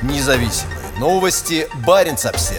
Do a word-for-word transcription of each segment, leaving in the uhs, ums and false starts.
Независимые новости. Баренц-Обсервер.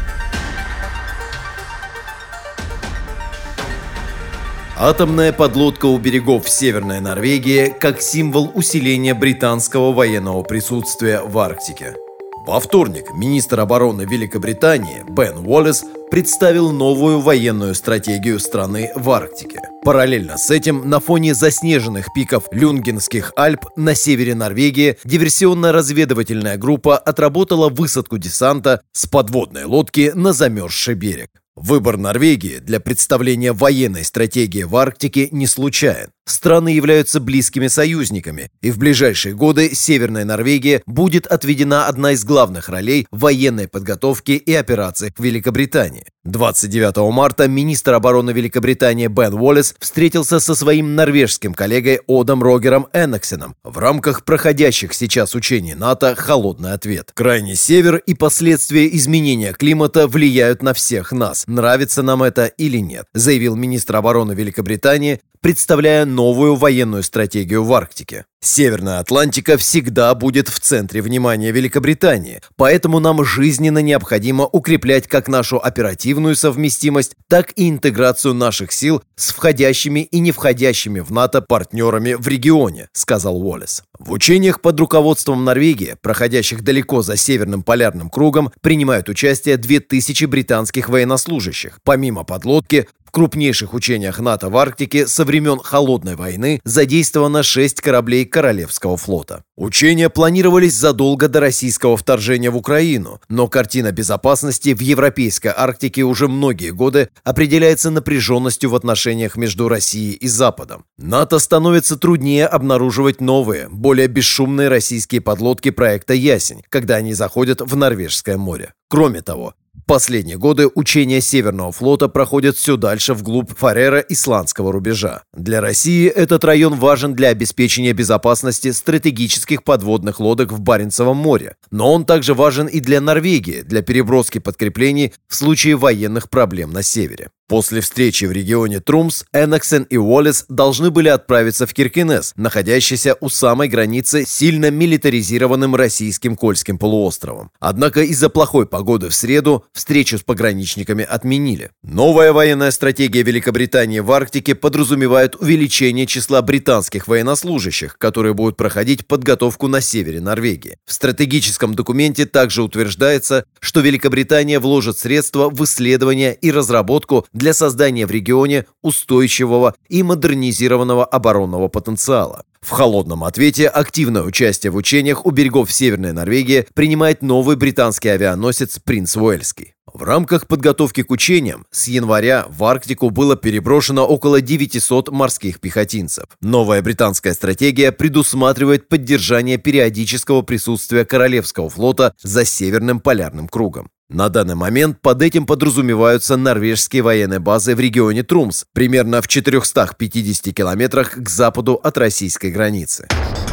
Атомная подлодка у берегов Северной Норвегии как символ усиления британского военного присутствия в Арктике. Во вторник министр обороны Великобритании Бен Уоллес представил новую военную стратегию страны в Арктике. Параллельно с этим, на фоне заснеженных пиков Люнгенских Альп на севере Норвегии, диверсионно-разведывательная группа отработала высадку десанта с подводной лодки на замерзший берег. Выбор Норвегии для представления военной стратегии в Арктике не случайен. Страны являются близкими союзниками, и в ближайшие годы Северной Норвегии будет отведена одна из главных ролей в военной подготовке и операциях Великобритании. двадцать девятого марта министр обороны Великобритании Бен Уоллес встретился со своим норвежским коллегой Одом Рогером Эноксеном в рамках проходящих сейчас учений НАТО «Холодный ответ». Крайний север и последствия изменения климата влияют на всех нас, нравится нам это или нет, заявил министр обороны Великобритании, представляя новую военную стратегию в Арктике. Северная Атлантика всегда будет в центре внимания Великобритании, поэтому нам жизненно необходимо укреплять как нашу оперативную совместимость, так и интеграцию наших сил с входящими и не входящими в НАТО партнерами в регионе, сказал Уоллес. В учениях под руководством Норвегии, проходящих далеко за Северным полярным кругом, принимают участие две тысячи британских военнослужащих. Помимо подлодки, в крупнейших учениях НАТО в Арктике со времен Холодной войны задействовано шесть кораблей Королевского флота. Учения планировались задолго до российского вторжения в Украину, но картина безопасности в европейской Арктике уже многие годы определяется напряженностью в отношениях между Россией и Западом. НАТО становится труднее обнаруживать новые, более бесшумные российские подлодки проекта «Ясень», когда они заходят в Норвежское море. Кроме того, в последние годы учения Северного флота проходят все дальше вглубь Фарера-Исландского рубежа. Для России этот район важен для обеспечения безопасности стратегических подводных лодок в Баренцевом море, но он также важен и для Норвегии, для переброски подкреплений в случае военных проблем на севере. После встречи в регионе Трумс Эноксен и Уоллес должны были отправиться в Киркенес, находящийся у самой границы с сильно милитаризированным российским Кольским полуостровом. Однако из-за плохой погоды в среду встречу с пограничниками отменили. Новая военная стратегия Великобритании в Арктике подразумевает увеличение числа британских военнослужащих, которые будут проходить подготовку на севере Норвегии. В стратегическом документе также утверждается, что Великобритания вложит средства в исследования и разработку для создания в регионе устойчивого и модернизированного оборонного потенциала. В холодном ответе активное участие в учениях у берегов Северной Норвегии принимает новый британский авианосец «Принц Уэльский». В рамках подготовки к учениям с января в Арктику было переброшено около девятисот морских пехотинцев. Новая британская стратегия предусматривает поддержание периодического присутствия Королевского флота за Северным полярным кругом. На данный момент под этим подразумеваются норвежские военные базы в регионе Трумс, примерно в четырехстах пятидесяти километрах к западу от российской границы.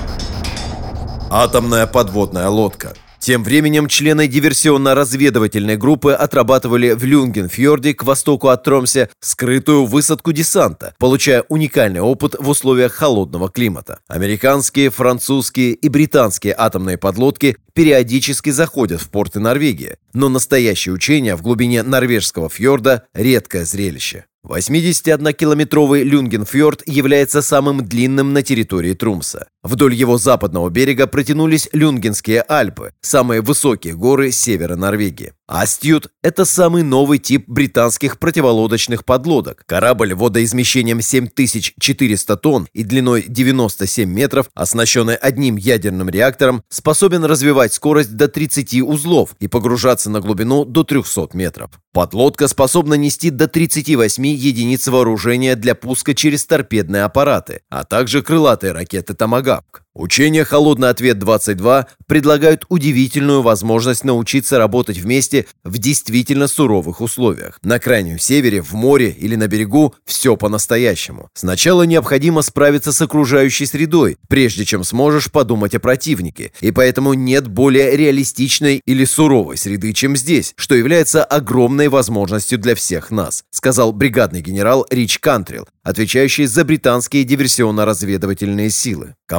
Атомная подводная лодка. Тем временем члены диверсионно-разведывательной группы отрабатывали в Люнгенфьорде к востоку от Тромсе скрытую высадку десанта, получая уникальный опыт в условиях холодного климата. Американские, французские и британские атомные подлодки периодически заходят в порты Норвегии, но настоящие учения в глубине норвежского фьорда – редкое зрелище. восьмидесятиоднокилометровый Люнгенфьорд является самым длинным на территории Трумса. Вдоль его западного берега протянулись Люнгенские Альпы, самые высокие горы севера Норвегии. Астьют – это самый новый тип британских противолодочных подлодок. Корабль водоизмещением семь тысяч четыреста тонн и длиной девяносто семь метров, оснащенный одним ядерным реактором, способен развивать скорость до тридцати узлов и погружаться на глубину до трехсот метров. Подлодка способна нести до тридцати восьми единиц вооружения для пуска через торпедные аппараты, а также крылатые ракеты «Томагавк». Учения «Холодный ответ-двадцать два» предлагают удивительную возможность научиться работать вместе в действительно суровых условиях. На крайнем севере, в море или на берегу все по-настоящему. Сначала необходимо справиться с окружающей средой, прежде чем сможешь подумать о противнике, и поэтому нет более реалистичной или суровой среды, чем здесь, что является огромной возможностью для всех нас, сказал бригадный генерал Рич Кантрилл, отвечающий за британские диверсионно-разведывательные силы. Командующий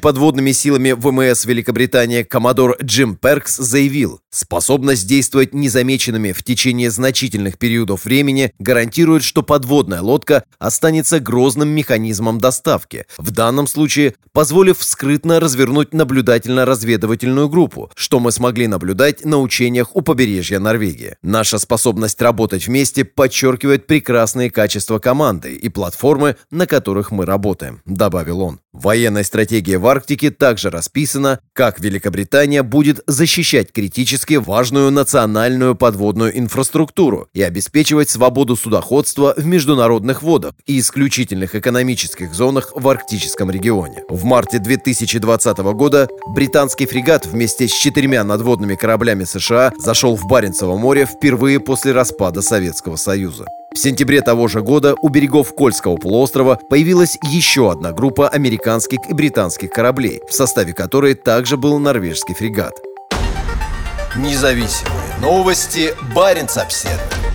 подводными силами ВМС Великобритании коммодор Джим Перкс заявил: способность действовать незамеченными в течение значительных периодов времени гарантирует, что подводная лодка останется грозным механизмом доставки, в данном случае позволив скрытно развернуть наблюдательно-разведывательную группу, что мы смогли наблюдать на учениях у побережья Норвегии. Наша способность работать вместе подчеркивает прекрасные качества команды и платформы, на которых мы работаем, добавил он. В военной стратегии в Арктике также расписано, как Великобритания будет защищать критически важную национальную подводную инфраструктуру и обеспечивать свободу судоходства в международных водах и исключительных экономических зонах в арктическом регионе. В марте две тысячи двадцатого года британский фрегат вместе с четырьмя надводными кораблями США зашел в Баренцево море впервые после распада Советского Союза. В сентябре того же года у берегов Кольского полуострова появилась еще одна группа американских и британских кораблей, в составе которой также был норвежский фрегат. Независимые новости. Баренц-Обседный.